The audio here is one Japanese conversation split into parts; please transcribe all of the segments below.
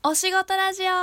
お仕事ラジオ。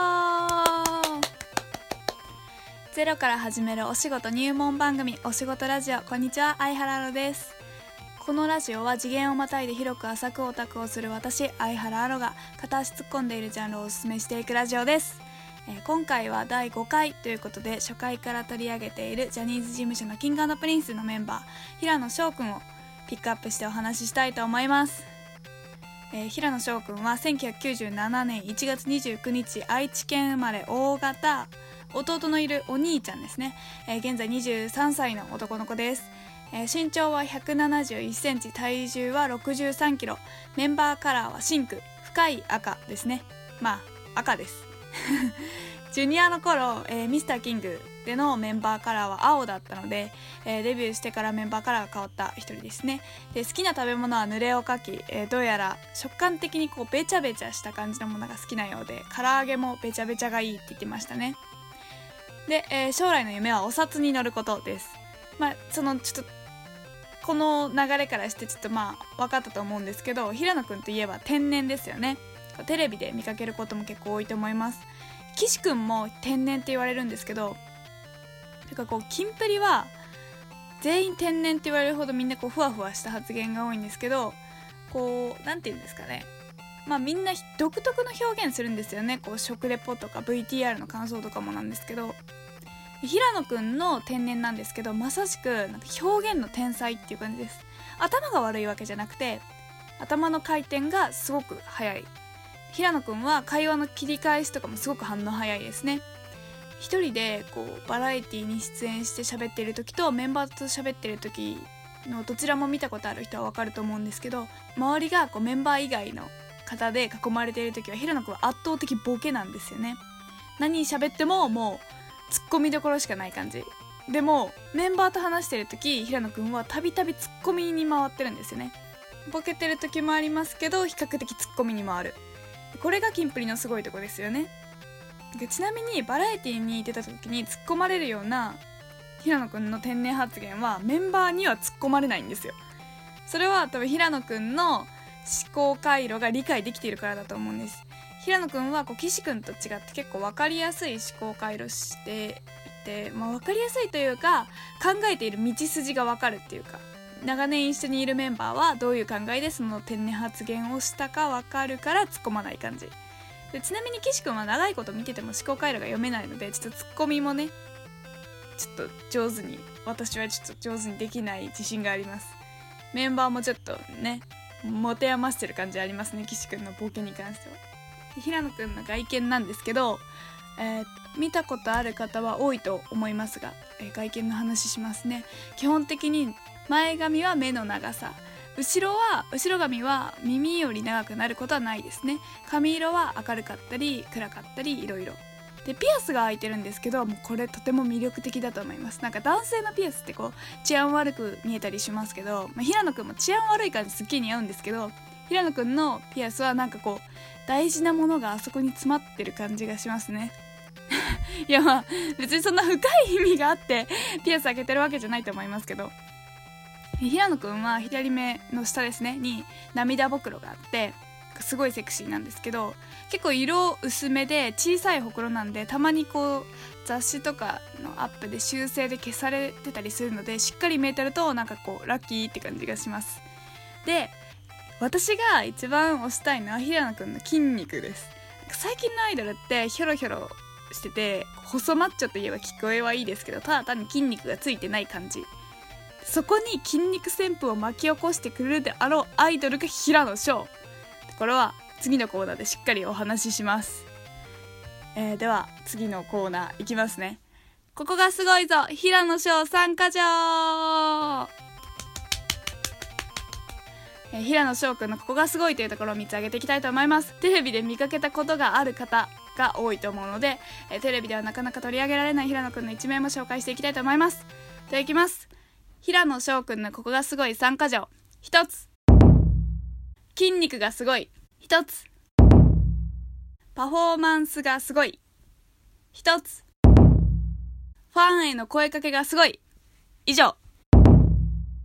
ゼロから始めるお仕事入門番組、お仕事ラジオ。こんにちは、相原アロです。このラジオは次元をまたいで広く浅くオタクをする私、相原アロが片足突っ込んでいるジャンルをおすすめしていくラジオです。今回は第5回ということで、初回から取り上げているジャニーズ事務所のKing&Princeのメンバー、平野紫耀くんをピックアップしてお話ししたいと思います。平野紫耀くんは1997年1月29日愛知県生まれ、大型、弟のいるお兄ちゃんですね。現在23歳の男の子です。身長は171センチ、体重は63キロ。メンバーカラーは深い赤ですね。まあ赤ですジュニアの頃、ミスターキングでのメンバーカラーは青だったので、デビューしてからメンバーカラーが変わった一人ですね。で、好きな食べ物は濡れおかき、どうやら食感的にこうベチャベチャした感じのものが好きなようで、唐揚げもベチャベチャがいいって言ってましたね。で、将来の夢はお札に乗ることです。まあちょっとこの流れからしてちょっと分かったと思うんですけど、平野くんといえば天然ですよね。テレビで見かけることも結構多いと思います。岸くんも天然って言われるんですけど、てかこうキンプリは全員天然って言われるほどみんなこうふわふわした発言が多いんですけど、こうなんて言うんですかね、みんな独特の表現するんですよね。こう食レポとか VTR の感想とかもなんですけど、平野くんの天然なんですけど、まさしくなんか表現の天才っていう感じです。頭が悪いわけじゃなくて、頭の回転がすごく速い。平野くんは会話の切り返しとかもすごく反応早いですね。一人でこうバラエティに出演して喋っている時とメンバーと喋っている時のどちらも見たことある人はわかると思うんですけど、周りがこうメンバー以外の方で囲まれている時は平野くんは圧倒的ボケなんですよね。何喋ってももうツッコミどころしかない感じで、もメンバーと話している時、平野くんはたびたびツッコミに回ってるんですよね。ボケてる時もありますけど、比較的ツッコミに回る。これがキンプリのすごいとこですよね。ちなみにバラエティに出た時に突っ込まれるような平野くんの天然発言はメンバーには突っ込まれないんですよ。それは多分平野くんの思考回路が理解できているからだと思うんです。平野くんはこう岸くんと違って結構分かりやすい思考回路していて、分かりやすいというか考えている道筋が分かるっていうか、長年一緒にいるメンバーはどういう考えでその天然発言をしたか分かるから突っ込まない感じで、ちなみに岸くんは長いこと見てても思考回路が読めないので、ちょっとツッコミもねちょっと私はちょっと上手にできない自信があります。メンバーもちょっとね持て余してる感じありますね、岸くんのボケに関しては。平野くんの外見なんですけど、見たことある方は多いと思いますが、外見の話しますね。基本的に前髪は目の長さ、後ろ髪は耳より長くなることはないですね。髪色は明るかったり暗かったりいろいろで、ピアスが開いてるんですけど、もうこれとても魅力的だと思います。なんか男性のピアスってこう治安悪く見えたりしますけど、平野くんも治安悪い感じすっげえ似合うんですけど、平野くんのピアスはなんかこう大事なものがあそこに詰まってる感じがしますねいや別にそんな深い意味があってピアス開けてるわけじゃないと思いますけど、平野くんは左目の下ですねに涙袋があってすごいセクシーなんですけど、結構色薄めで小さいほくろなんで、たまにこう雑誌とかのアップで修正で消されてたりするので、しっかり見えてるとなんかこうラッキーって感じがします。で、私が一番推したいのは平野くんの筋肉です。最近のアイドルってヒョロヒョロしてて細マッチョといえば聞こえはいいですけど、ただ単に筋肉がついてない感じ、そこに筋肉旋風を巻き起こしてくれるであろうアイドルが平野紫耀。これは次のコーナーでしっかりお話しします。では次のコーナーいきますね。ここがすごいぞ、平野紫耀参加条。平野紫耀くんのここがすごいというところを3つ挙げていきたいと思います。テレビで見かけたことがある方が多いと思うので、テレビではなかなか取り上げられない平野くんの一面も紹介していきたいと思います。ではいきます。平野紫耀くんのここがすごい3か条。1つ、筋肉がすごい。1つ、パフォーマンスがすごい。1つ、ファンへの声かけがすごい。以上。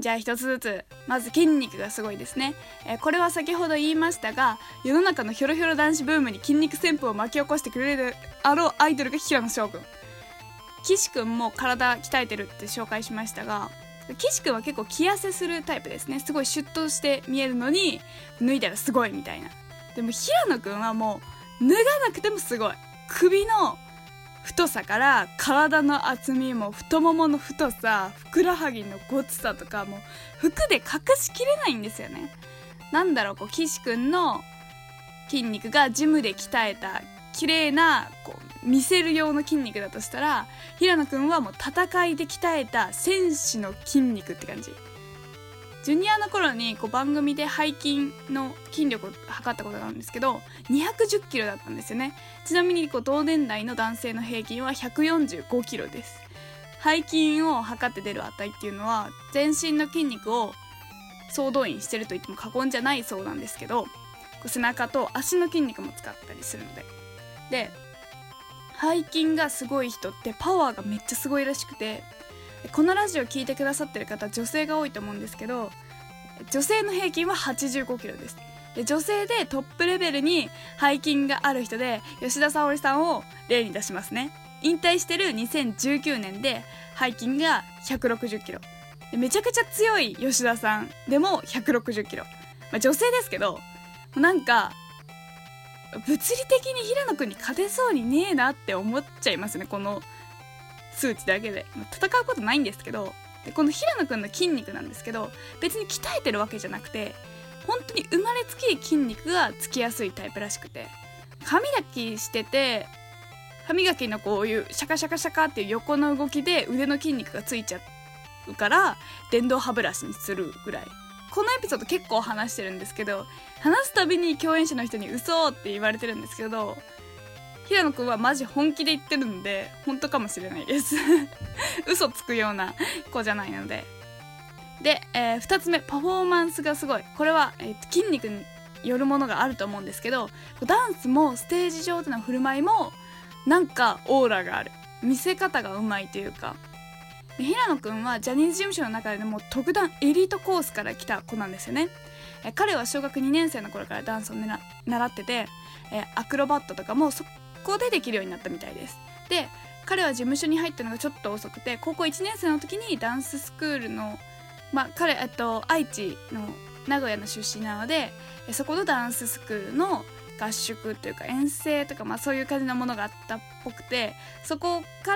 じゃあ一つずつ。まず筋肉がすごいですね。これは先ほど言いましたが、世の中のヒョロヒョロ男子ブームに筋肉旋風を巻き起こしてくれるあろうアイドルが平野翔くん。岸くんも体鍛えてるって紹介しましたが、岸くんは結構気痩せするタイプですね。すごいシュッとして見えるのに脱いだらすごいみたいな。でも平野くんはもう脱がなくてもすごい。首の太さから体の厚みも太ももの太さ、ふくらはぎのごつさとかもう服で隠しきれないんですよね。なんだろう、こう岸くんの筋肉がジムで鍛えた綺麗なこう見せる用の筋肉だとしたら、平野くんはもう戦いで鍛えた戦士の筋肉って感じ。ジュニアの頃にこう番組で背筋の筋力を測ったことがあるんですけど、210キロだったんですよね。ちなみにこう同年代の男性の平均は145キロです。背筋を測って出る値っていうのは全身の筋肉を総動員してると言っても過言じゃないそうなんですけど、背中と足の筋肉も使ったりするので、背筋がすごい人ってパワーがめっちゃすごいらしくて、このラジオ聞いてくださってる方女性が多いと思うんですけど、女性の平均は85キロです。で女性でトップレベルに背筋がある人で吉田沙保里さんを例に出しますね。引退してる2019年で背筋が160キロで、めちゃくちゃ強い吉田さんでも160キロ、女性ですけど、なんか物理的に平野くんに勝てそうにねえなって思っちゃいますね。この数値だけで戦うことないんですけど、でこの平野くんの筋肉なんですけど、別に鍛えてるわけじゃなくて、本当に生まれつき筋肉がつきやすいタイプらしくて、歯磨きしてて歯磨きのこういうシャカシャカシャカっていう横の動きで腕の筋肉がついちゃうから電動歯ブラシにするぐらい。このエピソード結構話してるんですけど、話すたびに共演者の人に嘘って言われてるんですけど、平野くんはマジ本気で言ってるんで本当かもしれないです嘘つくような子じゃないので。で、2つ目、パフォーマンスがすごい。これは、筋肉によるものがあると思うんですけど、ダンスもステージ上での振る舞いもなんかオーラがある、見せ方がうまいというか。で平野くんはジャニーズ事務所の中でも特段エリートコースから来た子なんですよね。彼は小学2年生の頃からダンスを習ってて、アクロバットとかもそこでできるようになったみたいです。で彼は事務所に入ったのがちょっと遅くて、高校1年生の時にダンススクールの、彼愛知の名古屋の出身なので、そこのダンススクールの合宿というか遠征とか、そういう感じのものがあったっぽくて、そこから、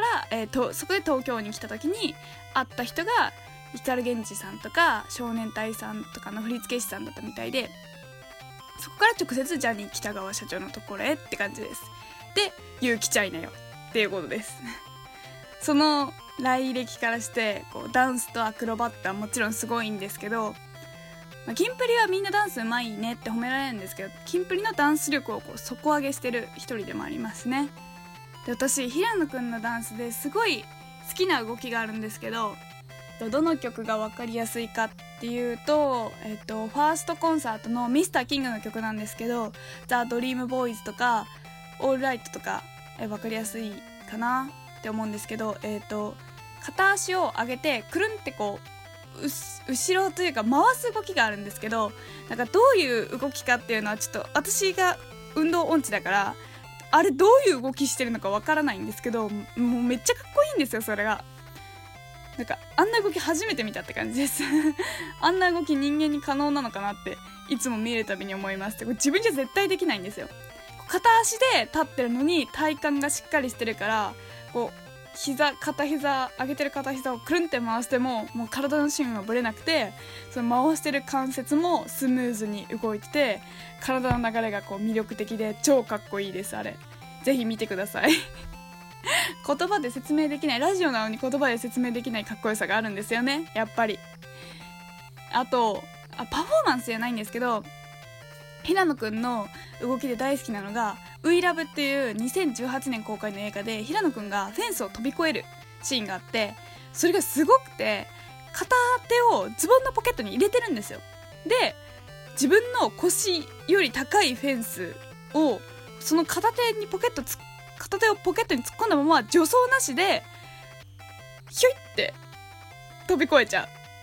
そこで東京に来た時に会った人が光源氏さんとか少年隊さんとかの振付師さんだったみたいで、そこから直接ジャニー喜多川社長のところへって感じです。でゆうきちゃいなよっていうことですその来歴からしてこうダンスとアクロバットはもちろんすごいんですけど、キンプリはみんなダンスうまいねって褒められるんですけど、キンプリのダンス力をこう底上げしてる一人でもありますね。で私平野くんのダンスですごい好きな動きがあるんですけど、どの曲が分かりやすいかっていうと、ファーストコンサートのミスターキングの曲なんですけど、ザ・ドリームボーイズとかオールライトとか分かりやすいかなって思うんですけど、片足を上げてくるんってこう後ろというか回す動きがあるんですけど、なんかどういう動きかっていうのはちょっと私が運動音痴だからあれどういう動きしてるのかわからないんですけど、もうめっちゃかっこいいんですよ。それがなんかあんな動き初めて見たって感じですあんな動き人間に可能なのかなっていつも見るたびに思います。これ自分じゃ絶対できないんですよ。片足で立ってるのに体幹がしっかりしてるから、こう片膝上げてる片膝をくるんって回してももう体の芯がぶれなくて、その回してる関節もスムーズに動いてて、体の流れがこう魅力的で超かっこいいです。あれぜひ見てください言葉で説明できない、ラジオなのに言葉で説明できないかっこよさがあるんですよね、やっぱり。あとパフォーマンスじゃないんですけど、平野くんの動きで大好きなのがウイラブっていう2018年公開の映画で平野くんがフェンスを飛び越えるシーンがあって、それがすごくて片手をズボンのポケットに入れてるんですよ。で自分の腰より高いフェンスをその片手をポケットに突っ込んだまま助走なしでひょいって飛び越えちゃう。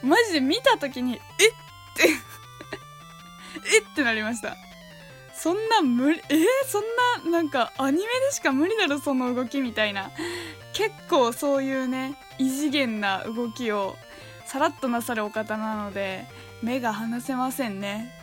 マジで見た時にえってえってなりました。そんな無理、そんななんかアニメでしか無理だろその動きみたいな、結構そういうね異次元な動きをさらっとなさるお方なので目が離せませんね。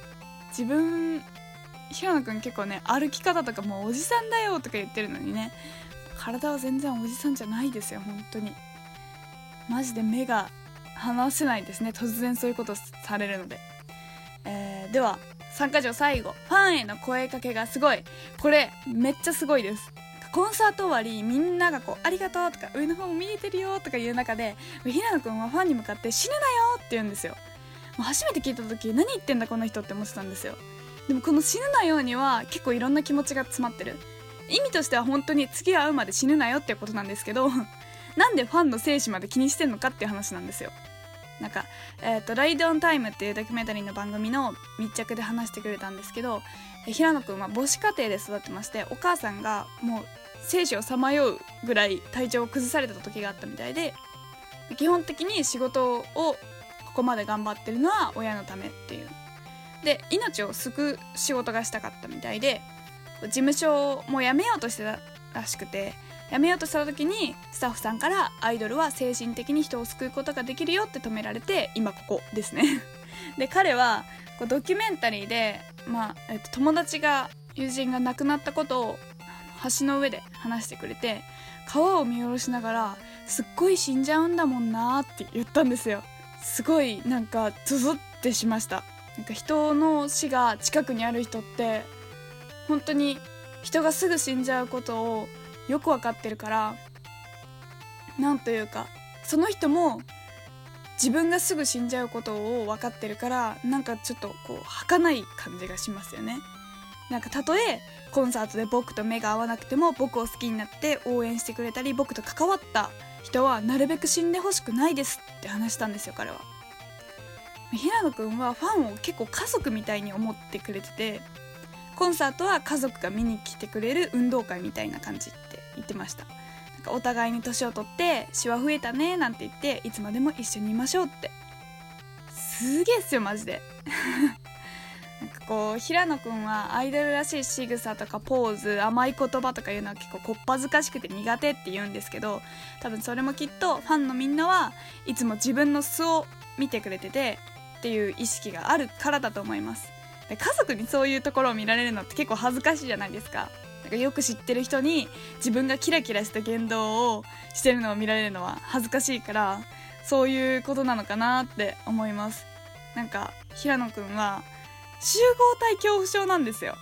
平野くん結構ね歩き方とかもうおじさんだよとか言ってるのにね、体は全然おじさんじゃないですよ。本当にマジで目が離せないですね、突然そういうことされるので。では参加条最後、ファンへの声かけがすごい。これめっちゃすごいです。コンサート終わりみんながこうありがとうとか上の方も見えてるよとか言う中で、平野くんはファンに向かって死ぬなよって言うんですよ。もう初めて聞いた時何言ってんだこの人って思ってたんですよ。でもこの死ぬなよには結構いろんな気持ちが詰まってる。意味としては本当に次会うまで死ぬなよっていうことなんですけどなんでファンの生死まで気にしてんのかっていう話なんですよ。なんか、ライドオンタイムっていうドキュメンタリーの番組の密着で話してくれたんですけど、平野くんは母子家庭で育ってまして、お母さんがもう生死をさまようぐらい体調を崩された時があったみたいで、基本的に仕事をここまで頑張ってるのは親のためっていうで、命を救う仕事がしたかったみたいで、事務所も辞めようとしてたらしくて、辞めようとした時にスタッフさんからアイドルは精神的に人を救うことができるよって止められて、今ここですねで彼はこうドキュメンタリーで、友達が友人が亡くなったことを橋の上で話してくれて、川を見下ろしながらすっごい死んじゃうんだもんなって言ったんですよ。すごいなんかゾゾってしました。なんか人の死が近くにある人って本当に人がすぐ死んじゃうことをよく分かってるから、なんというかその人も自分がすぐ死んじゃうことを分かってるから、なんかちょっとこう儚い感じがしますよね。なんかたとえコンサートで僕と目が合わなくても僕を好きになって応援してくれたり僕と関わった人はなるべく死んでほしくないですって話したんですよ、彼は。平野くんはファンを結構家族みたいに思ってくれてて、コンサートは家族が見に来てくれる運動会みたいな感じって言ってました。なんかお互いに年を取ってシワ増えたねなんて言っていつまでも一緒にいましょうって。すげえっすよマジでなんかこう平野くんはアイドルらしい仕草とかポーズ、甘い言葉とかいうのは結構こっぱずかしくて苦手って言うんですけど、多分それもきっとファンのみんなはいつも自分の素を見てくれててっていう意識があるからだと思います。で、家族にそういうところを見られるのって結構恥ずかしいじゃないですか。なんかよく知ってる人に自分がキラキラした言動をしてるのを見られるのは恥ずかしいから、そういうことなのかなって思います。なんか平野くんは集合体恐怖症なんですよ。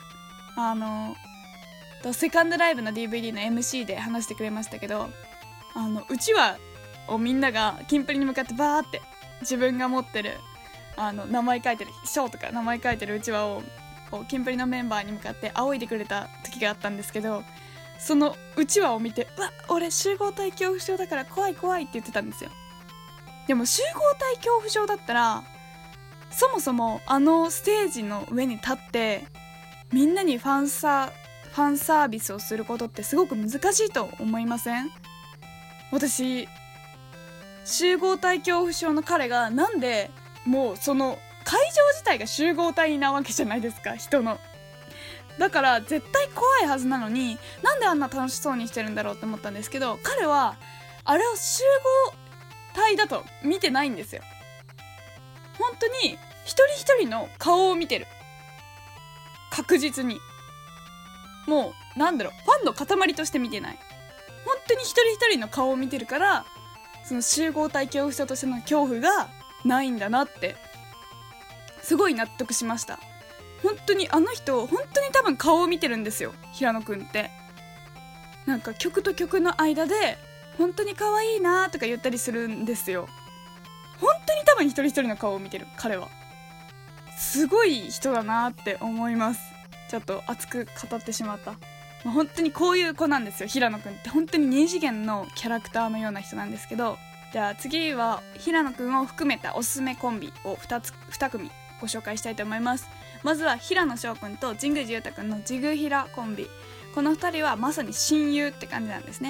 セカンドライブの DVD の MC で話してくれましたけど、うちわをみんながキンプリに向かってバーって自分が持ってる名前書いてるショーとか名前書いてるうちわをこうキンプリのメンバーに向かって仰いでくれた時があったんですけど、そのうちわを見て俺集合体恐怖症だから怖い怖いって言ってたんですよ。でも集合体恐怖症だったらそもそもステージの上に立ってみんなにファンサービスをすることってすごく難しいと思いません？私集合体恐怖症の彼がなんでもうその会場自体が集合体なわけじゃないですか、人の。だから絶対怖いはずなのになんであんな楽しそうにしてるんだろうって思ったんですけど、彼はあれを集合体だと見てないんですよ。本当に一人一人の顔を見てる。確実にもうファンの塊として見てない。本当に一人一人の顔を見てるから、その集合体恐怖症としての恐怖がないんだなってすごい納得しました。本当に本当に多分顔を見てるんですよ、平野くんって。なんか曲と曲の間で本当に可愛いなとか言ったりするんですよ。本当に多分一人一人の顔を見てる。彼はすごい人だなって思います。ちょっと熱く語ってしまった。本当にこういう子なんですよ、平野くんって。本当に二次元のキャラクターのような人なんですけど、じゃあ次は平野くんを含めたおすすめコンビを2組ご紹介したいと思います。まずは平野翔くんと神宮寺勇太くんのジグヒラコンビ。この2人はまさに親友って感じなんですね。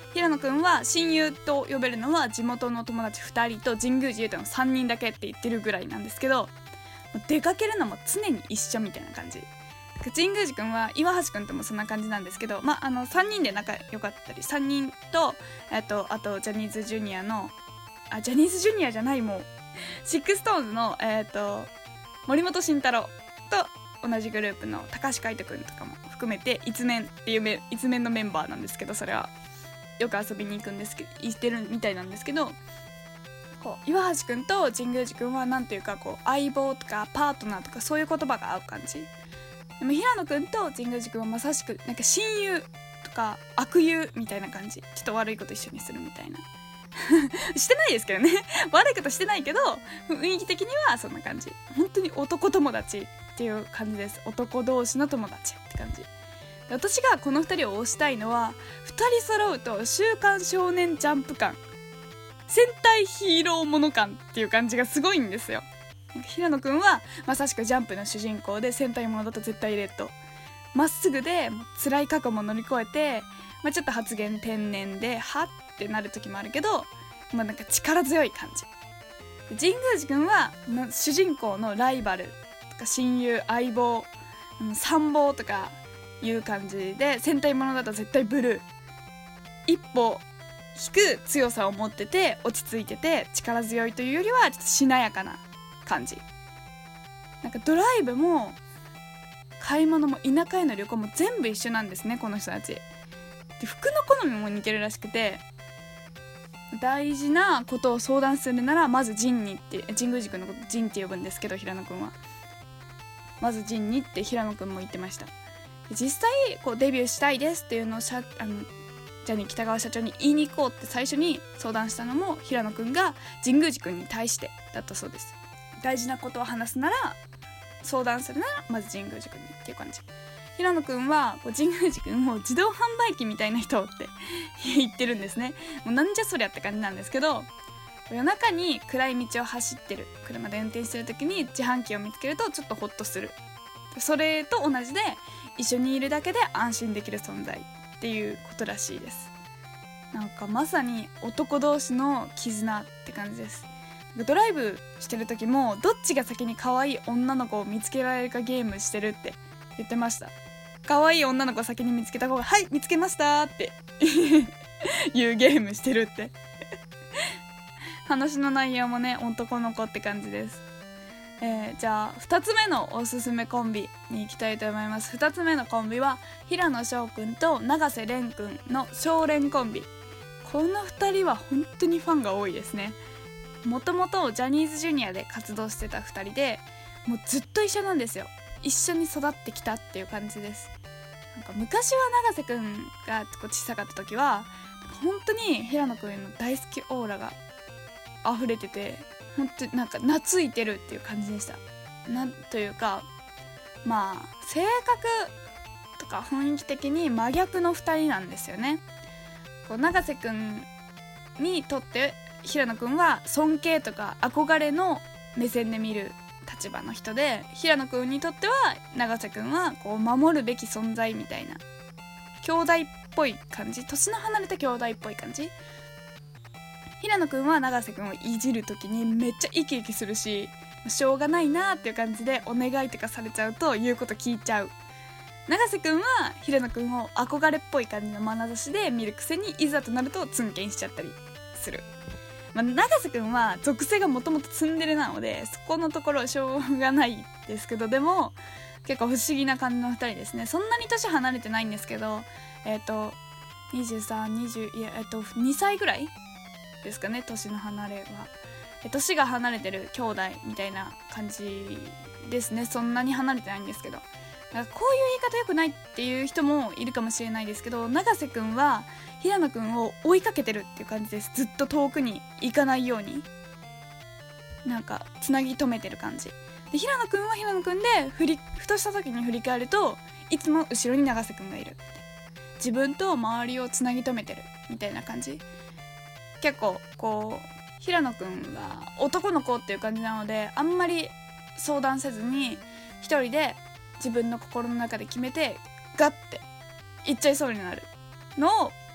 平野くんは親友と呼べるのは地元の友達2人と神宮寺勇太の3人だけって言ってるぐらいなんですけど、出かけるのも常に一緒みたいな感じ。神宮寺くんは岩橋くんともそんな感じなんですけど、3人で仲良かったり、3人とあとジャニーズジュニアのジャニーズジュニアじゃない、もうシックストーンズの森本慎太郎と同じグループの高橋海人くんとかも含めて一面っていう一面のメンバーなんですけど、それはよく遊びに行くんですけど、行ってるみたいなんですけど、こう岩橋くんと神宮寺くんはなんていうかこう相棒とかパートナーとかそういう言葉が合う感じ。でも平野くんと神宮寺くんはまさしくなんか親友とか悪友みたいな感じ。ちょっと悪いこと一緒にするみたいなしてないですけどね悪いことしてないけど雰囲気的にはそんな感じ。本当に男友達っていう感じです。男同士の友達って感じ。私がこの2人を推したいのは、2人揃うと週刊少年ジャンプ感、戦隊ヒーローもの感っていう感じがすごいんですよ。平野くんはまさしくジャンプの主人公で、戦隊ものだと絶対レッド、まっすぐで辛い過去も乗り越えて、ちょっと発言天然ではってなる時もあるけど、なんか力強い感じ。神宮寺くんは主人公のライバルとか親友相棒参謀とかいう感じで、戦隊ものだと絶対ブルー、一歩引く強さを持ってて落ち着いてて力強いというよりはちょっとしなやかな感じ。なんかドライブも買い物も田舎への旅行も全部一緒なんですね、この人たちで。服の好みも似てるらしくて、大事なことを相談するならまずジンにって神宮寺くんのことジンって呼ぶんですけど、平野くんはまずジンにって平野くんも言ってました。実際こうデビューしたいですっていうのをジャニー喜多川社長に言いに行こうって最初に相談したのも平野くんが神宮寺くんに対してだったそうです。大事なことを話すなら、相談するならまず神宮寺くんにっていう感じ。平野くんは神宮寺くんを自動販売機みたいな人って言ってるんですね。もうなんじゃそりゃって感じなんですけど、夜中に暗い道を走ってる車で運転してる時に自販機を見つけるとちょっとホッとする。それと同じで一緒にいるだけで安心できる存在っていうことらしいです。なんかまさに男同士の絆って感じです。ドライブしてる時もどっちが先に可愛い女の子を見つけられるかゲームしてるって言ってました。可愛い女の子を先に見つけた方がはい見つけましたっていうゲームしてるって話の内容もね男の子って感じです。じゃあ2つ目のおすすめコンビに行きたいと思います。2つ目のコンビは平野翔くんと永瀬廉くんの翔廉コンビ。この2人は本当にファンが多いですね。もともとジャニーズジュニアで活動してた2人で、もうずっと一緒なんですよ。一緒に育ってきたっていう感じです。なんか昔は永瀬くんが小さかった時は本当に平野くんの大好きオーラが溢れてて、本当になんか懐いてるっていう感じでした。なんというか性格とか雰囲気的に真逆の2人なんですよね。こう永瀬くんにとって平野くんは尊敬とか憧れの目線で見る立場の人で、平野くんにとっては永瀬くんはこう守るべき存在みたいな兄弟っぽい感じ、年の離れた兄弟っぽい感じ。平野くんは永瀬くんをいじるときにめっちゃイキイキするし、しょうがないなっていう感じでお願いとかされちゃうと言うこと聞いちゃう。永瀬くんは平野くんを憧れっぽい感じの眼差しで見るくせに、いざとなるとツンケンしちゃったりする。永瀬くんは属性がもともとツンデレなのでそこのところしょうがないですけど、でも結構不思議な感じの2人ですね。そんなに年離れてないんですけど、2歳ぐらいですかね、年の離れは。年が離れてる兄弟みたいな感じですね。そんなに離れてないんですけど、こういう言い方良くないっていう人もいるかもしれないですけど、永瀬くんは平野くんを追いかけてるっていう感じです。ずっと遠くに行かないようになんかつなぎ止めてる感じで、平野くんは平野くんでふとした時に振り返るといつも後ろに永瀬くんがいる、自分と周りをつなぎ止めてるみたいな感じ。結構こう平野くんは男の子っていう感じなので、あんまり相談せずに一人で自分の心の中で決めてガッて言っちゃいそうになるのを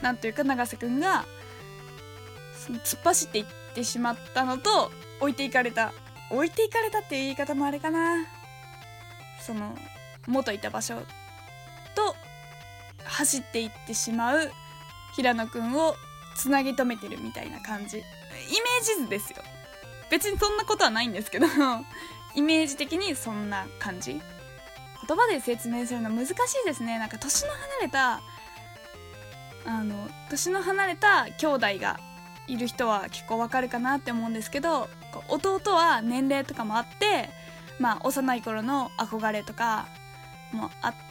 なんというか永瀬くんが突っ走っていってしまったのと、置いていかれたっていう言い方もあれかな、その元いた場所と走っていってしまう平野くんをつなぎ止めてるみたいな感じ、イメージ図ですよ。別にそんなことはないんですけどイメージ的にそんな感じ。言葉で説明するの難しいですね。なんか年の離れた兄弟がいる人は結構わかるかなって思うんですけど、弟は年齢とかもあって、幼い頃の憧れとかもあって、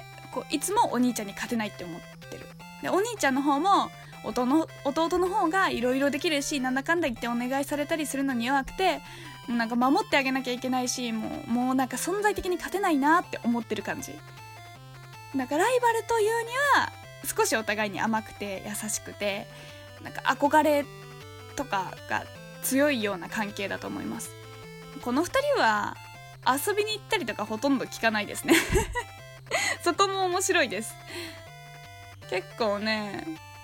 いつもお兄ちゃんに勝てないって思ってる。でお兄ちゃんの方も弟の方がいろいろできるし、なんだかんだ言ってお願いされたりするのに弱くて、なんか守ってあげなきゃいけないし、もうなんか存在的に勝てないなって思ってる感じ。なんかライバルというには少しお互いに甘くて優しくて、なんか憧れとかが強いような関係だと思います。この2人は遊びに行ったりとかほとんど聞かないですねそこも面白いです。結構ね、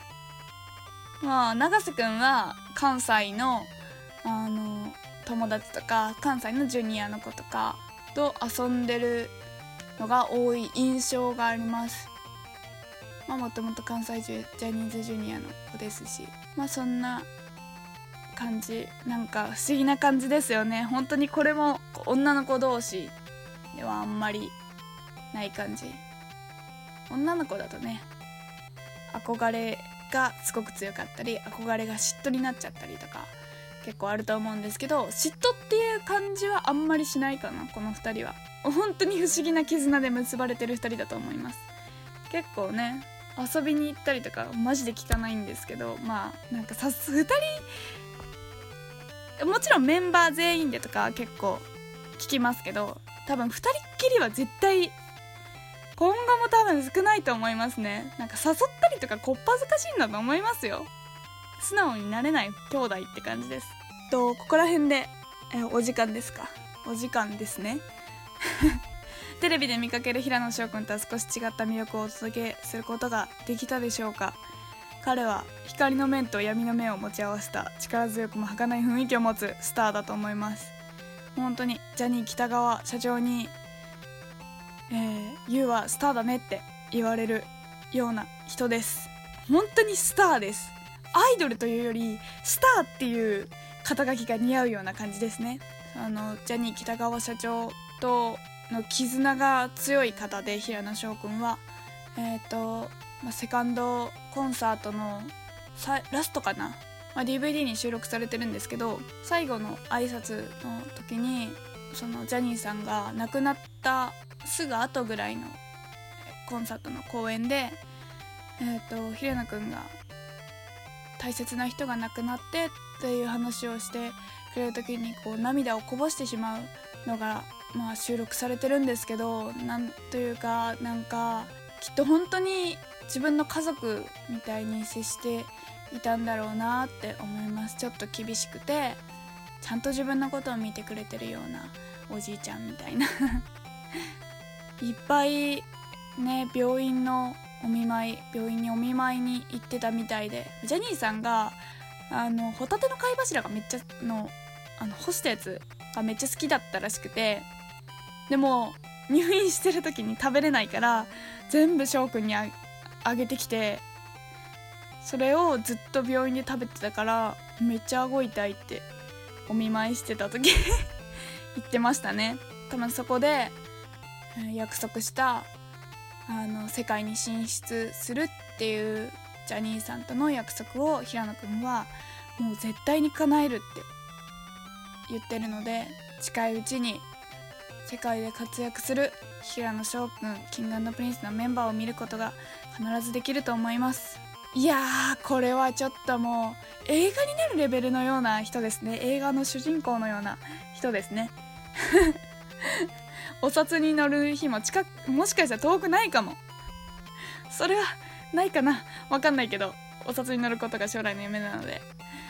永瀬くんは関西の友達とか関西のジュニアの子とかと遊んでるのが多い印象があります。もともと関西ジャニーズジュニアの子ですし、そんな感じ。なんか不思議な感じですよね。本当にこれも女の子同士ではあんまりない感じ。女の子だとね、憧れがすごく強かったり、憧れが嫉妬になっちゃったりとか結構あると思うんですけど、嫉妬っていう感じはあんまりしないかな。この2人は本当に不思議な絆で結ばれてる2人だと思います。結構ね、遊びに行ったりとかマジで聞かないんですけど、なんか2人、もちろんメンバー全員でとか結構聞きますけど、多分2人っきりは絶対今後も多分少ないと思いますね。なんか誘ったりとかこっぱずかしいんだと思いますよ。素直になれない兄弟って感じです。ここら辺でお時間ですか。お時間ですねテレビで見かける平野紫耀くんとは少し違った魅力をお届けすることができたでしょうか。彼は光の面と闇の面を持ち合わせた力強くも儚い雰囲気を持つスターだと思います。本当にジャニー喜多川社長にユウはスターだねって言われるような人です。本当にスターです。アイドルというよりスターっていう肩書きが似合うような感じですね。ジャニー喜多川社長との絆が強い方で、平野紫耀くんはセカンドコンサートのラストかな、DVD に収録されてるんですけど、最後の挨拶の時にそのジャニーさんが亡くなったすぐ後ぐらいのコンサートの公演で、平野くんが大切な人が亡くなってっていう話をしてくれる時に涙をこぼしてしまうのが収録されてるんですけど、なんというか、なんかきっと本当に自分の家族みたいに接していたんだろうなって思います。ちょっと厳しくてちゃんと自分のことを見てくれてるようなおじいちゃんみたいないっぱいね、病院にお見舞いに行ってたみたいで、ジャニーさんがホタテの貝柱がめっちゃ干したやつがめっちゃ好きだったらしくて、でも入院してる時に食べれないから全部翔くんにあげてきて、それをずっと病院で食べてたからめっちゃ顎痛いってお見舞いしてた時言ってましたね。多分そこで約束した世界に進出するっていうジャニーさんとの約束を平野くんはもう絶対に叶えるって言ってるので、近いうちに世界で活躍する平野紫耀くん、King&Princeのメンバーを見ることが必ずできると思います。いやー、これはちょっともう映画になるレベルのような人ですね。映画の主人公のような人ですねお札に乗る日ももしかしたら遠くないかも。それはないかな、わかんないけど、お札に乗ることが将来の夢なので、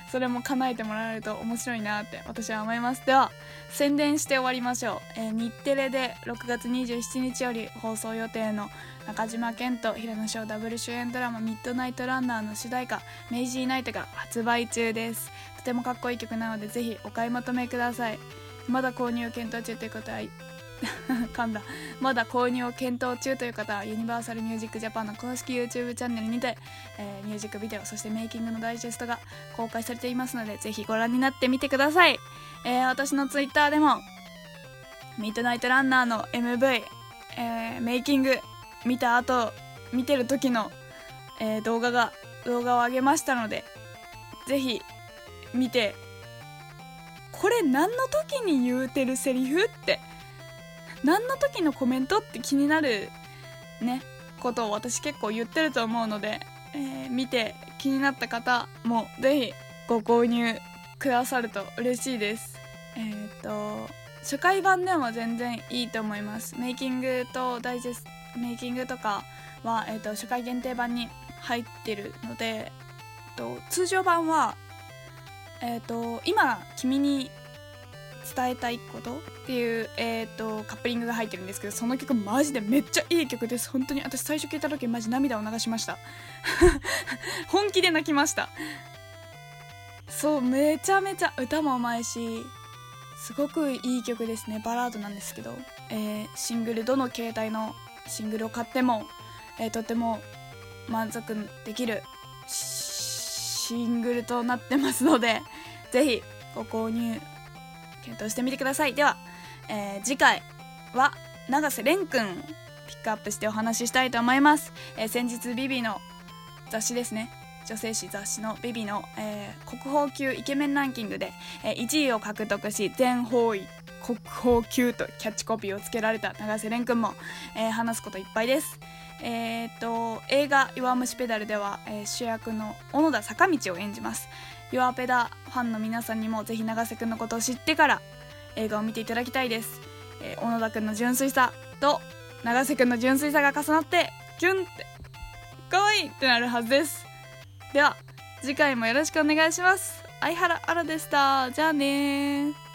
それも叶えてもらえると面白いなって私は思います。では宣伝して終わりましょう。日テレで6月27日より放送予定の中島健と平野紫耀ダブル主演ドラマミッドナイトランナーの主題歌メイジーナイトが発売中です。とてもかっこいい曲なのでぜひお買い求めください。まだ購入を検討中ということは噛んだ。まだ購入を検討中という方はユニバーサルミュージックジャパンの公式 YouTube チャンネルにて、ミュージックビデオそしてメイキングのダイジェストが公開されていますのでぜひご覧になってみてください。私の Twitter でもミッドナイトランナーの MV、メイキング見た後見てる時の、動画を上げましたのでぜひ見て、これ何の時に言うてるセリフって何の時のコメントって気になるねことを私結構言ってると思うので、見て気になった方もぜひご購入くださると嬉しいです。初回版でも全然いいと思います。メイキングとダイジェストメイキングとかは、初回限定版に入ってるので、通常版は、今君に伝えたいことっていう、カップリングが入ってるんですけど、その曲マジでめっちゃいい曲です。本当に私最初聞いた時マジ涙を流しました本気で泣きました。そう、めちゃめちゃ歌もうまいしすごくいい曲ですね。バラードなんですけど、シングルどの形態のシングルを買っても、とても満足できるシングルとなってますのでぜひご購入検討してみてください。では、次回は永瀬廉くんをピックアップしてお話ししたいと思います。先日ビビの雑誌ですね、女性誌雑誌のビビの、国宝級イケメンランキングで、1位を獲得し全方位国宝級とキャッチコピーをつけられた永瀬廉くんも、話すこといっぱいです。映画弱虫ペダルでは、主役の小野田坂道を演じます。弱ペダファンの皆さんにもぜひ永瀬くんのことを知ってから映画を見ていただきたいです。小野田くんの純粋さと永瀬くんの純粋さが重なってキュンってかわいいってなるはずです。では次回もよろしくお願いします。相原あらでした。じゃあねー。